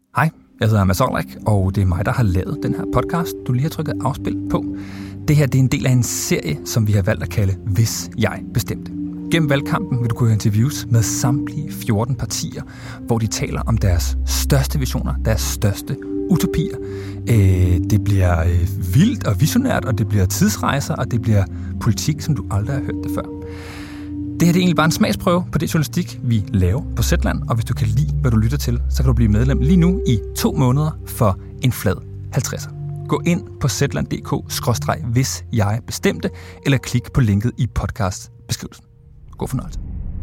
Hej, jeg hedder Mads Olrik, og det er mig, der har lavet den her podcast, du lige har trykket afspil på. Det her det er en del af en serie, som vi har valgt at kalde Hvis jeg bestemte. Gennem valgkampen vil du kunne interviews med samtlige 14 partier, hvor de taler om deres største visioner, deres største utopier. Det bliver vildt og visionært, og det bliver tidsrejser, og det bliver politik, som du aldrig har hørt det før. Det her det er egentlig bare en smagsprøve på det journalistik, vi laver på Zetland, og hvis du kan lide, hvad du lytter til, så kan du blive medlem lige nu i 2 måneder for en flad 50'er. Gå ind på zetland.dk/hvis jeg bestemte, eller klik på linket i podcastbeskrivelsen. God fornøjelse.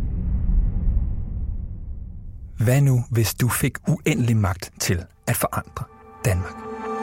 Hvad nu, hvis du fik uendelig magt til at forandre Danmark?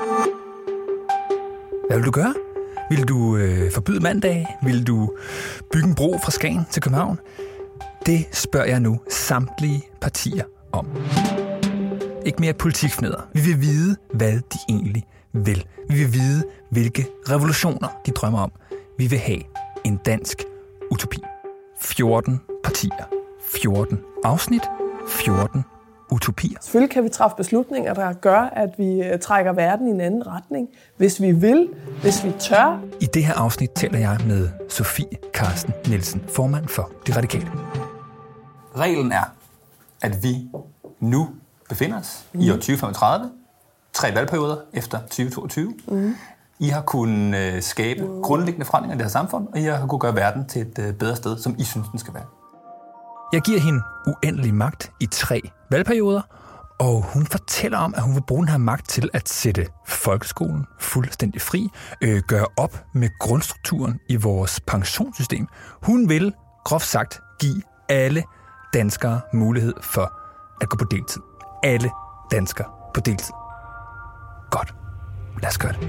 Hvad vil du gøre? Vil du forbyde mandage? Vil du bygge en bro fra Skagen til København? Det spørger jeg nu samtlige partier om. Ikke mere politikfnidder. Vi vil vide, hvad de egentlig vil. Vi vil vide, hvilke revolutioner de drømmer om. Vi vil have en dansk utopi. 14 partier, 14 afsnit, 14 utopier. Selvfølgelig kan vi træffe beslutninger, der gør, at vi trækker verden i en anden retning, hvis vi vil, hvis vi tør. I det her afsnit taler jeg med Sofie Carsten Nielsen, formand for De Radikale. Reglen er, at vi nu befinder os i år 2035, 3 valgperioder efter 2022. I har kunnet skabe grundlæggende forandringer i det her samfund, og I har kunnet gøre verden til et bedre sted, som I synes, den skal være. Jeg giver hende uendelig magt i 3 valgperioder, og hun fortæller om, at hun vil bruge den her magt til at sætte folkeskolen fuldstændig fri, gøre op med grundstrukturen i vores pensionssystem. Hun vil, groft sagt, give alle danskere mulighed for at gå på deltid. Alle danskere på deltid. Godt. Lad os gøre det.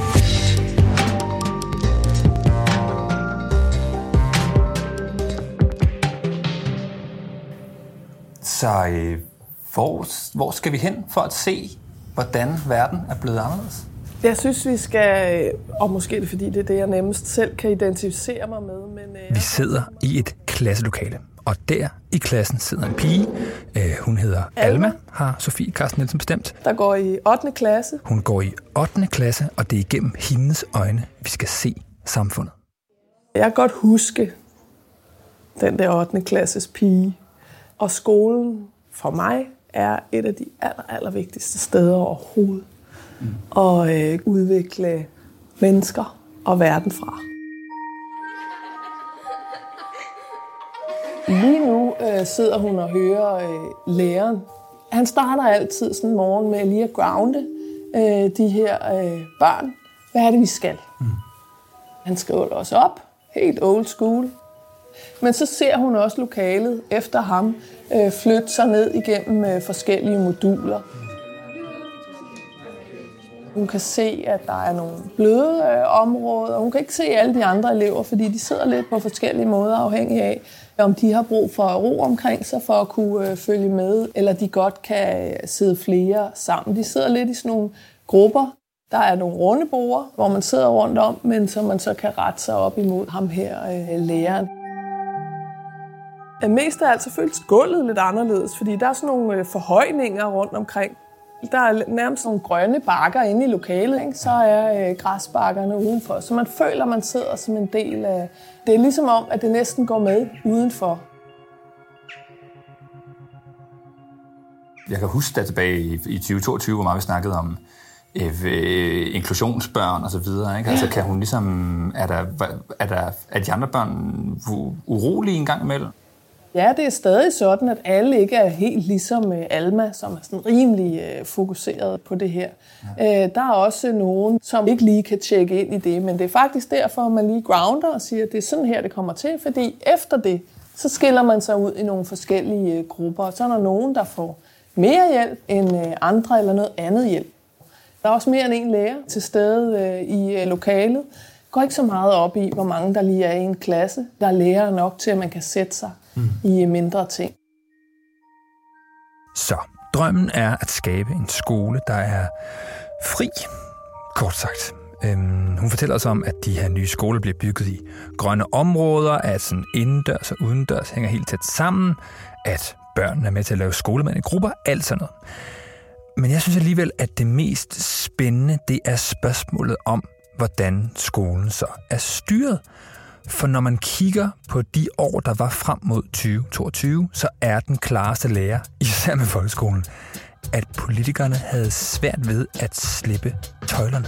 Så hvor skal vi hen for at se, hvordan verden er blevet anderledes? Jeg synes, vi skal, og måske er det fordi, det er det, jeg nemmest selv kan identificere mig med. Men vi sidder i et klasselokale, og der i klassen sidder en pige. Hun hedder Alma, har Sofie Carsten Nielsen bestemt. Der går i 8. klasse. Hun går i 8. klasse, og det er igennem hendes øjne, vi skal se samfundet. Jeg kan godt huske den der 8. klasses pige. Og skolen for mig er et af de allervigtigste steder overhovedet at udvikle mennesker og verden fra. Lige nu sidder hun og hører læreren. Han starter altid sådan en morgen med lige at grounde de her børn. Hvad er det, vi skal? Han skriver det også op. Helt old school. Men så ser hun også lokalet efter ham flytte sig ned igennem forskellige moduler. Hun kan se, at der er nogle bløde områder. Hun kan ikke se alle de andre elever, fordi de sidder lidt på forskellige måder, afhængig af, om de har brug for ro omkring sig for at kunne følge med, eller de godt kan sidde flere sammen. De sidder lidt i sådan nogle grupper. Der er nogle runde borde, hvor man sidder rundt om, men som man så kan rette sig op imod ham her, læreren. Mest af alt så føles gulvet lidt anderledes, fordi der er sådan nogle forhøjninger rundt omkring. Der er nærmest nogle grønne bakker inde i lokalet, ikke? Så er græsbakkerne udenfor. Så man føler, man sidder som en del af... Det er ligesom om, at det næsten går med udenfor. Jeg kan huske der tilbage i 2022, hvor meget vi snakkede om inklusionsbørn og så videre, ikke? Altså kan hun ligesom... Er de andre børn urolige en gang imellem? Ja, det er stadig sådan, at alle ikke er helt ligesom Alma, som er sådan rimelig fokuseret på det her. Ja. Der er også nogen, som ikke lige kan tjekke ind i det, men det er faktisk derfor, man lige grounder og siger, at det er sådan her, det kommer til, fordi efter det, så skiller man sig ud i nogle forskellige grupper, og så er der nogen, der får mere hjælp end andre eller noget andet hjælp. Der er også mere end en lærer til stede i lokalet. Det går ikke så meget op i, hvor mange der lige er i en klasse. Der er lærere nok til, at man kan sætte sig i mindre ting. Så drømmen er at skabe en skole, der er fri, kort sagt. Hun fortæller os om, at de her nye skoler bliver bygget i grønne områder, at sådan indendørs og udendørs hænger helt tæt sammen, at børnene er med til at lave skolemad i grupper, alt sådan noget. Men jeg synes alligevel, at det mest spændende, det er spørgsmålet om, hvordan skolen så er styret. For når man kigger på de år, der var frem mod 2022, så er den klareste lære, især med folkeskolen, at politikerne havde svært ved at slippe tøjlerne.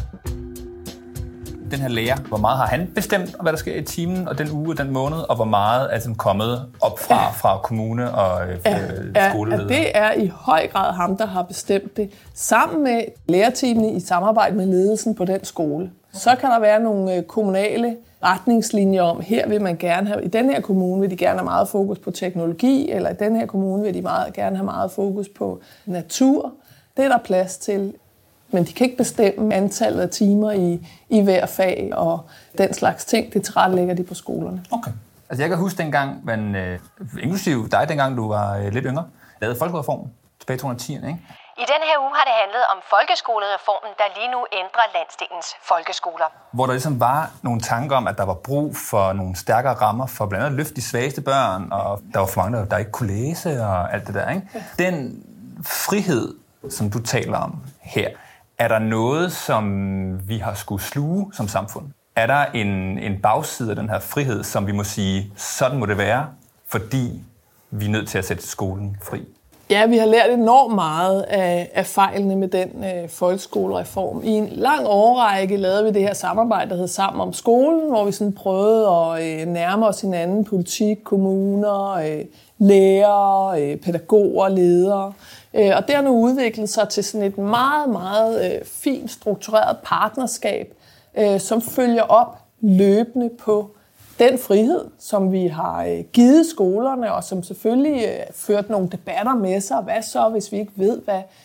Den her lærer, hvor meget har han bestemt, hvad der sker i timen, og den uge og den måned, og hvor meget er den kommet op fra kommune og skoleledere? Det er i høj grad ham, der har bestemt det, sammen med lærerteamene i samarbejde med ledelsen på den skole. Så kan der være nogle kommunale retningslinjer om, her vil man gerne have, i den her kommune vil de gerne have meget fokus på teknologi, eller i den her kommune vil de gerne have meget fokus på natur. Det er der plads til. Men de kan ikke bestemme antallet af timer i hver fag, og den slags ting, det tilrettelægger de på skolerne. Okay. Altså jeg kan huske dengang, inklusive dig dengang, du var lidt yngre, lavede folkeskolereformen tilbage i 2010'erne, ikke? I den her uge har det handlet om folkeskolereformen, der lige nu ændrer landsdelens folkeskoler. Hvor der ligesom var nogle tanker om, at der var brug for nogle stærkere rammer for blandt andet at løfte de svageste børn, og der var for mange, der ikke kunne læse og alt det der, ikke? Den frihed, som du taler om her, er der noget, som vi har skulle sluge som samfund? Er der en bagside af den her frihed, som vi må sige, sådan må det være, fordi vi er nødt til at sætte skolen fri? Ja, vi har lært enormt meget af fejlene med den folkeskolereform. I en lang årrække lavede vi det her samarbejde, der hed Sammen om skolen, hvor vi sådan prøvede at nærme os hinanden, politik, kommuner, lærere, pædagoger, ledere. Og det har nu udviklet sig til sådan et meget, meget fint struktureret partnerskab, som følger op løbende på den frihed, som vi har givet skolerne, og som selvfølgelig ført nogle debatter med sig. Hvad så, hvis vi ikke ved,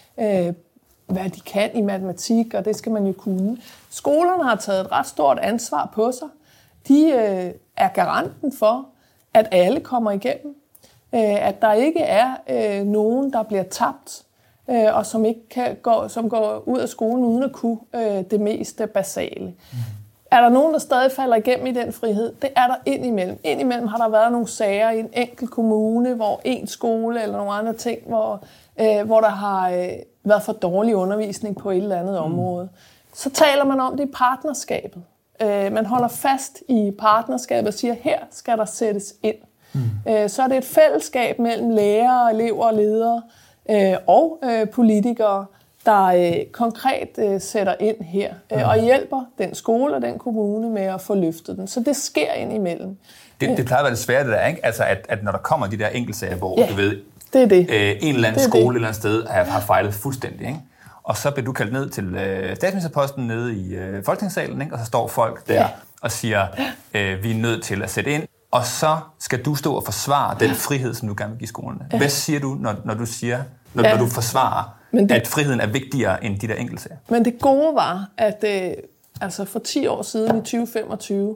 hvad de kan i matematik, og det skal man jo kunne. Skolerne har taget et ret stort ansvar på sig. De er garanten for, at alle kommer igennem. At der ikke er nogen, der bliver tabt, og som ikke som går ud af skolen uden at kunne det mest basale. Er der nogen, der stadig falder igennem i den frihed? Det er der indimellem. Indimellem har der været nogle sager i en enkelt kommune, hvor en skole eller nogle andre ting, hvor der har været for dårlig undervisning på et eller andet område. Så taler man om det i partnerskabet. Man holder fast i partnerskabet og siger, her skal der sættes ind. Så er det et fællesskab mellem lærere, elever og ledere og politikere, der konkret sætter ind her og hjælper den skole og den kommune med at få løftet den. Så det sker indimellem. Det plejer at være det svære, det der, ikke? Altså, at når der kommer de der enkeltsager, hvor du ved, det er det. En eller anden skole et eller andet sted har fejlet fuldstændig, ikke? Og så bliver du kaldt ned til statsministerposten nede i Folketingssalen, ikke? Og så står folk der og siger, vi er nødt til at sætte ind. Og så skal du stå og forsvare den frihed, som du gerne vil give skolerne. Hvad siger du, når du siger, når du forsvarer, at friheden er vigtigere end de der enkeltsager? Men det gode var, at altså for 10 år siden i 2025,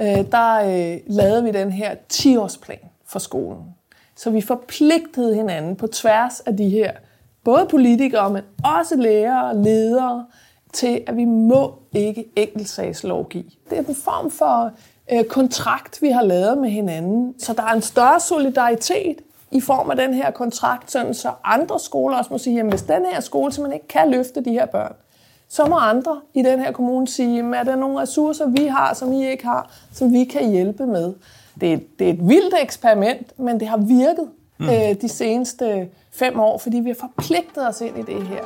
lavede vi den her 10-årsplan for skolen. Så vi forpligtede hinanden på tværs af de her, både politikere, men også lærere og ledere, til at vi må ikke enkeltsagslovgive. Det er en form for kontrakt, vi har lavet med hinanden. Så der er en større solidaritet i form af den her kontrakt, sådan så andre skoler også må sige, jamen hvis den her skole simpelthen ikke kan løfte de her børn, så må andre i den her kommune sige, jamen er der nogle ressourcer, vi har, som I ikke har, som vi kan hjælpe med. Det er et vildt eksperiment, men det har virket de seneste 5 år, fordi vi har forpligtet os ind i det her.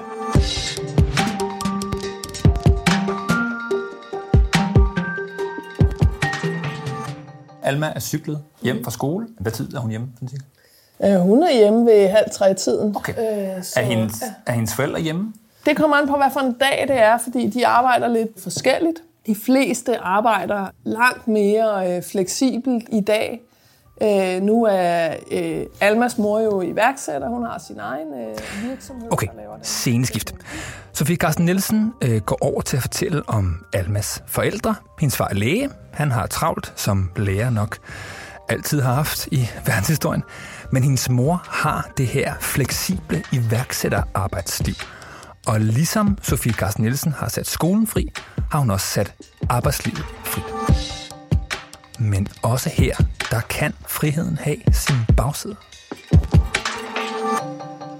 Alma er cyklet hjem fra skole. Hvad tid er hun hjemme? Hun er hjemme ved 2:30. Okay. Er hendes forældre hjemme? Det kommer an på, hvad for en dag det er, fordi de arbejder lidt forskelligt. De fleste arbejder langt mere fleksibelt i dag. Nu er Almas mor jo iværksætter. Hun har sin egen virksomhed. Okay, sceneskift. Sofie Carsten Nielsen går over til at fortælle om Almas forældre. Hendes far er læge. Han har travlt, som læger nok altid har haft i verdenshistorien. Men hendes mor har det her fleksible iværksætterarbejdsliv. Og ligesom Sofie Carsten Nielsen har sat skolen fri, har hun også sat arbejdslivet fri. Men også her, der kan friheden have sin bagside.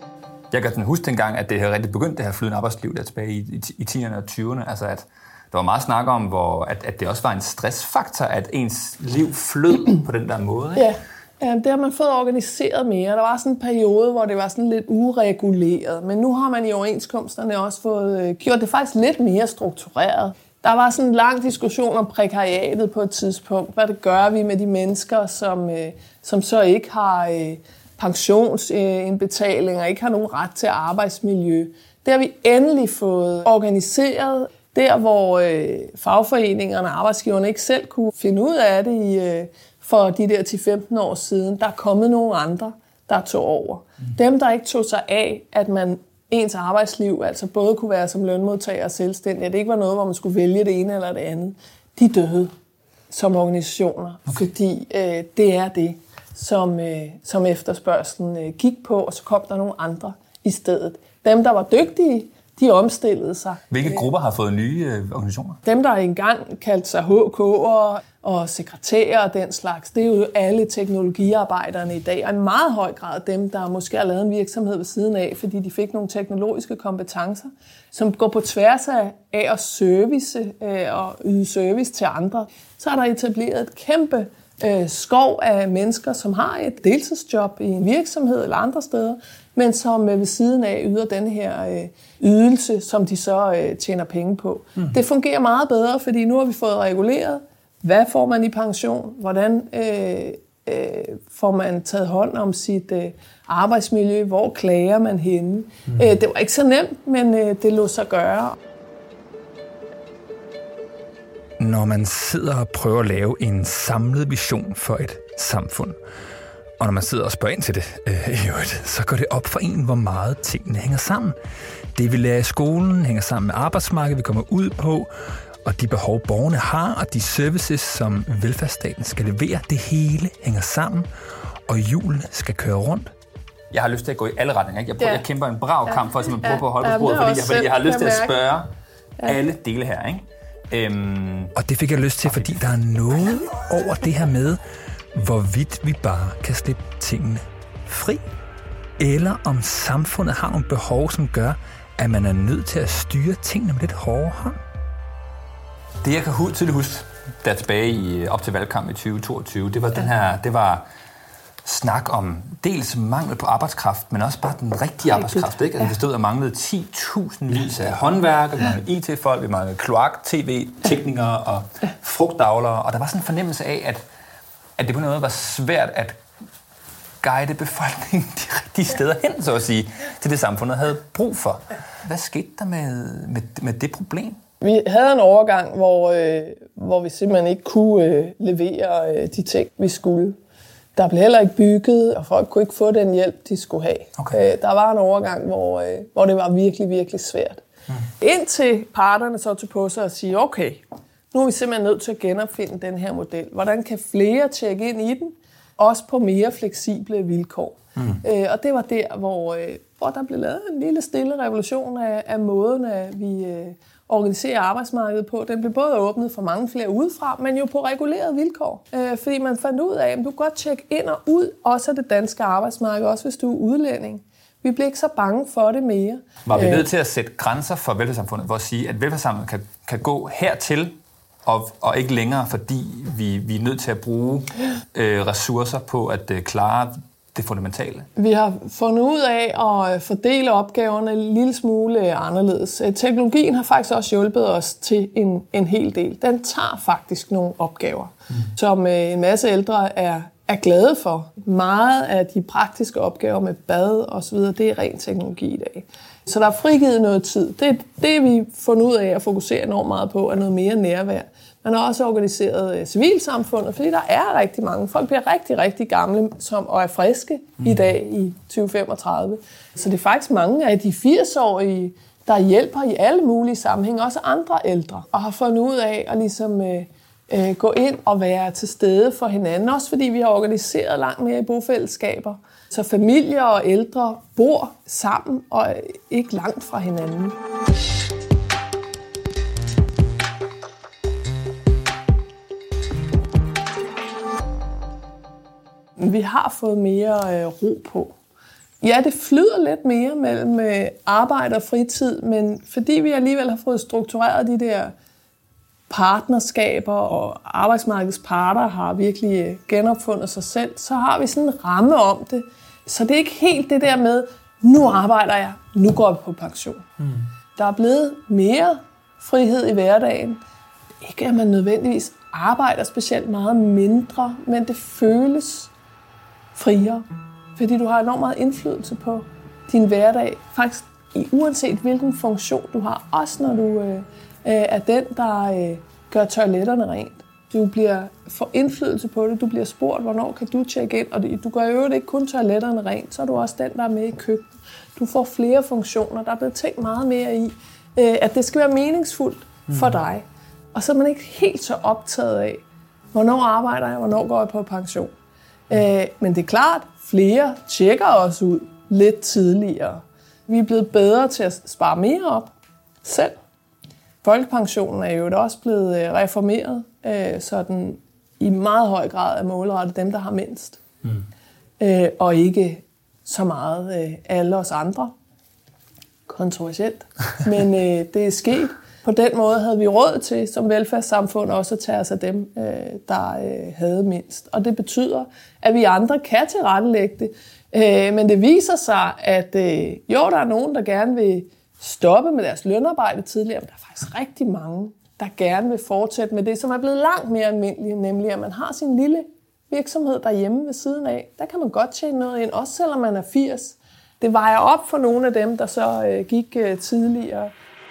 Jeg kan huske dengang, at det havde rigtig begyndt, det her flydende arbejdsliv der tilbage i 10'erne og 20'erne. Altså at der var meget snak om, at det også var en stressfaktor, at ens liv flød på den der måde. Ikke? Ja, det har man fået organiseret mere. Der var sådan en periode, hvor det var sådan lidt ureguleret. Men nu har man i overenskomsterne også fået gjort det faktisk lidt mere struktureret. Der var sådan en lang diskussion om prekariatet på et tidspunkt. Hvad det gør vi med de mennesker, som så ikke har pensionsindbetalinger, ikke har nogen ret til arbejdsmiljø. Det har vi endelig fået organiseret. Der, hvor fagforeningerne og arbejdsgiverne ikke selv kunne finde ud af det for de der 10-15 år siden, der er kommet nogle andre, der tog over. Dem, der ikke tog sig af, at ens arbejdsliv altså både kunne være som lønmodtager og selvstændig, at det ikke var noget, hvor man skulle vælge det ene eller det andet, de døde som organisationer, fordi det er det, som efterspørgselen gik på, og så kom der nogle andre i stedet. Dem, der var dygtige, de omstillede sig. Hvilke grupper har fået nye organisationer? Dem, der engang kaldte sig HK'ere og sekretærer og den slags, det er jo alle teknologiarbejderne i dag, og i meget høj grad dem, der måske har lavet en virksomhed ved siden af, fordi de fik nogle teknologiske kompetencer, som går på tværs af at service og yde service til andre. Så er der etableret et kæmpe skov af mennesker, som har et deltidsjob i en virksomhed eller andre steder, men som ved siden af yder den her ydelse, som de så tjener penge på. Det fungerer meget bedre, fordi nu har vi fået reguleret, hvad får man i pension, hvordan får man taget hånd om sit arbejdsmiljø, hvor klager man henne. Det var ikke så nemt, men det lod sig gøre. Når man sidder og prøver at lave en samlet vision for et samfund, og når man sidder og spørger ind til det, så går det op for en, hvor meget tingene hænger sammen. Det, vi lærer i skolen, hænger sammen med arbejdsmarkedet, vi kommer ud på, og de behov, borgerne har, og de services, som velfærdsstaten skal levere, det hele hænger sammen, og hjulene skal køre rundt. Jeg har lyst til at gå i alle retninger. Ikke? Jeg kæmper en brav kamp for at prøve på at holde på sporet, fordi jeg har lyst til at spørge alle dele her. Ikke? Og det fik jeg lyst til, fordi der er noget over det her med, hvorvidt vi bare kan slippe tingene fri, eller om samfundet har nogle behov, som gør, at man er nødt til at styre tingene med lidt hårdere hånd. Det jeg kan tydeligt huske, der tilbage op til valgkampen i 2022, det var snak om dels mangel på arbejdskraft, men også bare den rigtige arbejdskraft. Ikke? Altså, det stod, at manglede 10.000 vis af håndværkere, vi manglede IT-folk, vi manglede kloak-tv-teknikere og frugtavlere, og der var sådan en fornemmelse af, at det på noget var svært at guide befolkningen de rigtige steder hen, så at sige, til det samfundet havde brug for. Hvad skete der med det problem? Vi havde en overgang, hvor vi simpelthen ikke kunne levere de ting, vi skulle. Der blev heller ikke bygget, og folk kunne ikke få den hjælp, de skulle have. Okay. Der var en overgang, hvor det var virkelig, virkelig svært. Indtil parterne så tog på sig og sige, okay, nu er vi simpelthen nødt til at genopfinde den her model. Hvordan kan flere tjekke ind i den, også på mere fleksible vilkår? Og det var der, hvor der blev lavet en lille stille revolution af måden, at vi organiserer arbejdsmarkedet på. Den blev både åbnet for mange flere udefra, men jo på regulerede vilkår. Fordi man fandt ud af, at du kan godt tjekke ind og ud, også af det danske arbejdsmarked, også hvis du er udlænding. Vi bliver ikke så bange for det mere. Var vi nødt til at sætte grænser for velfærdssamfundet, for at sige, at velfærdssamfundet kan gå hertil, og ikke længere, fordi vi er nødt til at bruge ressourcer på at klare det fundamentale? Vi har fundet ud af at fordele opgaverne en lille smule anderledes. Teknologien har faktisk også hjulpet os til en hel del. Den tager faktisk nogle opgaver, som en masse ældre er glade for. Meget af de praktiske opgaver med bad og så videre, det er ren teknologi i dag. Så der er frigivet noget tid. Det vi fundet ud af at fokusere enormt meget på, er noget mere nærvær. Man har også organiseret civilsamfundet, fordi der er rigtig mange. Folk bliver rigtig, rigtig gamle og er friske i dag i 2035. Så det er faktisk mange af de 80-årige, der hjælper i alle mulige sammenhænge, også andre ældre, og har fundet ud af at ligesom gå ind og være til stede for hinanden. Også fordi vi har organiseret langt mere i bofællesskaber. Så familier og ældre bor sammen og ikke langt fra hinanden. Vi har fået mere ro på. Ja, det flyder lidt mere mellem arbejde og fritid, men fordi vi alligevel har fået struktureret de der partnerskaber, og arbejdsmarkedets parter har virkelig genopfundet sig selv, så har vi sådan en ramme om det. Så det er ikke helt det der med, nu arbejder jeg, nu går jeg på pension. Der er blevet mere frihed i hverdagen. Ikke at man nødvendigvis arbejder specielt meget mindre, men det føles friere. Fordi du har enormt meget indflydelse på din hverdag. Faktisk uanset hvilken funktion du har. Også når du er den, der gør toiletterne rent. Du får indflydelse på det. Du bliver spurgt, hvornår kan du tjekke ind. Og du gør jo ikke kun toiletterne rent. Så er du også den, der er med i køkkenet. Du får flere funktioner. Der er blevet tænkt meget mere i, at det skal være meningsfuldt for dig. Og så er man ikke helt så optaget af, hvornår arbejder jeg, hvornår går jeg på pension. Men det er klart, flere tjekker os ud lidt tidligere. Vi er blevet bedre til at spare mere op selv. Folkepensionen er jo også blevet reformeret, så den i meget høj grad er målrettet dem, der har mindst. Og ikke så meget alle os andre. Kontroversielt. Men det er sket. På den måde havde vi råd til som velfærdssamfund også at tage os af dem, der havde mindst. Og det betyder, at vi andre kan tilrettelægge det. Men det viser sig, at der er nogen, der gerne vil stoppe med deres lønarbejde tidligere, men der er faktisk rigtig mange, der gerne vil fortsætte med det, som er blevet langt mere almindeligt, nemlig at man har sin lille virksomhed derhjemme ved siden af. Der kan man godt tjene noget ind, også selvom man er 80. Det vejer op for nogle af dem, der så gik tidligere.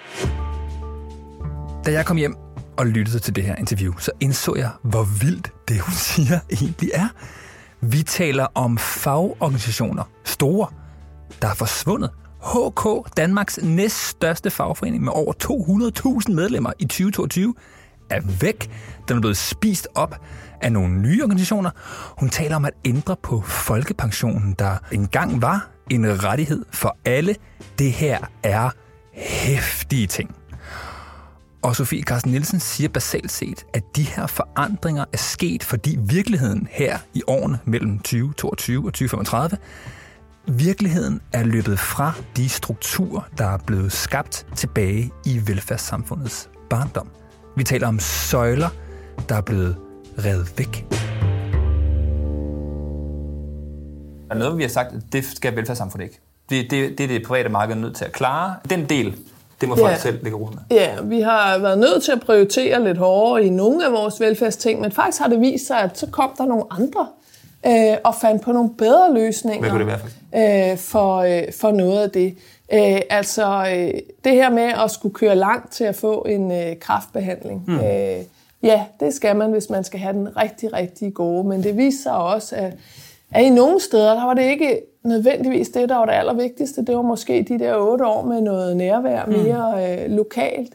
Da jeg kom hjem og lyttede til det her interview, så indså jeg, hvor vildt det, hun siger, egentlig er. Vi taler om fagorganisationer, store, der er forsvundet. HK, Danmarks næststørste fagforening med over 200.000 medlemmer i 2022, er væk. Den er blevet spist op af nogle nye organisationer. Hun taler om at ændre på folkepensionen, der engang var en rettighed for alle. Det her er heftige ting. Og Sofie Carsten Nielsen siger basalt set, at de her forandringer er sket, fordi virkeligheden her i årene mellem 2022 og 2035, virkeligheden er løbet fra de strukturer, der er blevet skabt tilbage i velfærdssamfundets barndom. Vi taler om søjler, der er blevet revet væk. Der er noget, vi har sagt, at det skal velfærdssamfundet ikke. Det er det private marked nødt til at klare. Den del, det må folk selv lægge rundt med. Ja, vi har været nødt til at prioritere lidt hårdere i nogle af vores velfærdsting, men faktisk har det vist sig, at så kom der nogle andre og fandt på nogle bedre løsninger. Hvad kunne det være for noget af det. Det her med at skulle køre langt til at få en kræftbehandling. Det skal man, hvis man skal have den rigtig, rigtig gode. Men det viser sig også, at i nogle steder, der var det ikke nødvendigvis det, der var det allervigtigste. Det var måske de der 8 år med noget nærvær mere lokalt.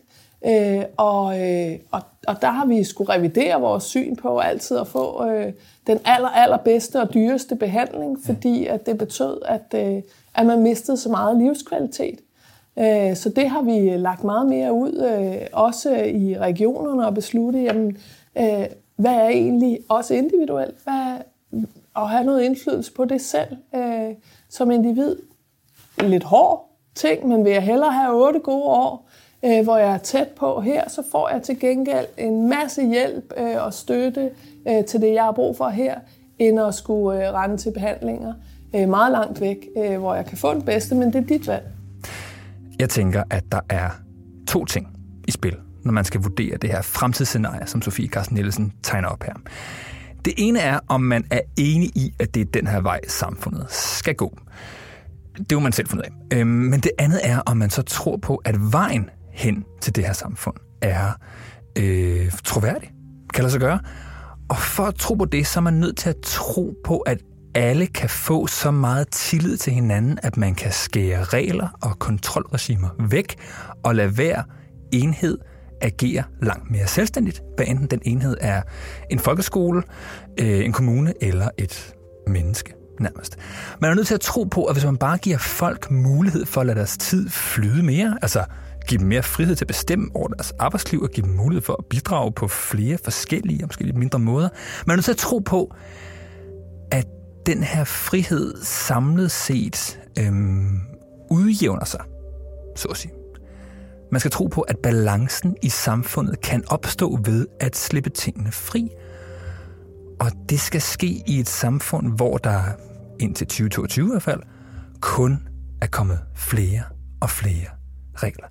Og der har vi skulle revidere vores syn på altid at få den allerbedste og dyreste behandling, fordi at det betød, at man mistede så meget livskvalitet. Så det har vi lagt meget mere ud, også i regionerne, og besluttet, jamen, hvad er egentlig også individuelt? Og have noget indflydelse på det selv som individ. Lidt hård ting, men vil jeg hellere have 8 gode år, hvor jeg er tæt på her, så får jeg til gengæld en masse hjælp og støtte til det, jeg har brug for her, end at skulle rende til behandlinger meget langt væk, hvor jeg kan få den bedste, men det er dit valg. Jeg tænker, at der er 2 ting i spil, når man skal vurdere det her fremtidsscenarie, som Sofie Carsten Nielsen tegner op her. Det ene er, om man er enig i, at det er den her vej, samfundet skal gå. Det er jo man selv fundet af. Men det andet er, om man så tror på, at vejen hen til det her samfund er troværdig. Kan lade sig gøre. Og for at tro på det, så er man nødt til at tro på, at alle kan få så meget tillid til hinanden, at man kan skære regler og kontrolregimer væk og lade hver enhed agere langt mere selvstændigt, hvad enten den enhed er en folkeskole, en kommune eller et menneske nærmest. Man er nødt til at tro på, at hvis man bare giver folk mulighed for at lade deres tid flyde mere, altså give dem mere frihed til at bestemme over deres arbejdsliv og give dem mulighed for at bidrage på flere forskellige og måske lidt mindre måder. Man er nødt til at tro på, at den her frihed samlet set udjævner sig, så at sige. Man skal tro på, at balancen i samfundet kan opstå ved at slippe tingene fri. Og det skal ske i et samfund, hvor der indtil 2022 i hvert fald kun er kommet flere og flere regler.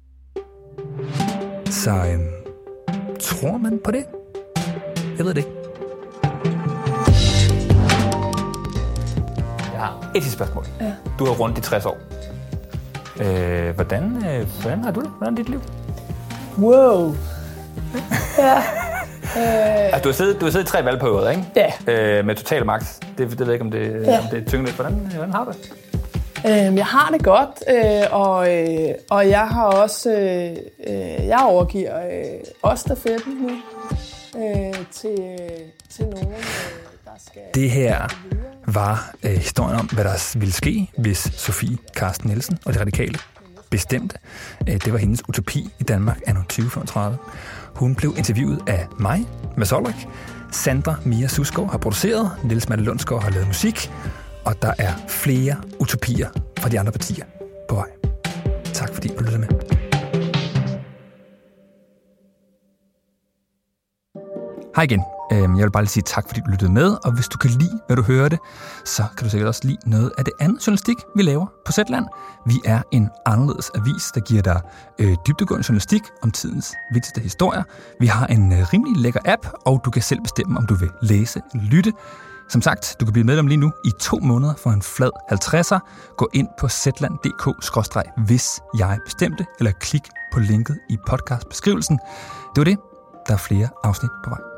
Så tror man på det? Jeg ved det ikke. Jeg har et spørgsmål. Ja. Du har rundt i 60 år. Hvordan har du det? Hvordan er dit liv? Wow. Ja. Altså, du har siddet i 3 valgperioder, ikke? Ja. Med total magt. Det ved jeg ikke, om det er tyngeligt. Hvordan har du det? Jeg har det godt, og jeg har også jeg overgiver også stafetten nu til nogen, der skal. Det her var historien om, hvad der ville ske, hvis Sofie Carsten Nielsen og De Radikale bestemte. Det var hendes utopi i Danmark anno 2035. Hun blev interviewet af mig, Mads Olrik. Sandra Mia Susgaard har produceret, Niels Malte Lundsgaard har lavet musik, og der er flere utopier fra de andre partier på vej. Tak fordi du lyttede med. Hej igen. Jeg vil bare lige sige tak, fordi du lyttede med, og hvis du kan lide, hvad du hørte, så kan du sikkert også lide noget af det andet journalistik, vi laver på Zetland. Vi er en anderledes avis, der giver dig dybdegående journalistik om tidens vigtigste historier. Vi har en rimelig lækker app, og du kan selv bestemme, om du vil læse eller lytte. Som sagt, du kan blive medlem lige nu i 2 måneder for en flad 50'er. Gå ind på zetland.dk/hvis jeg bestemte, eller klik på linket i podcastbeskrivelsen. Det var det. Der er flere afsnit på vej.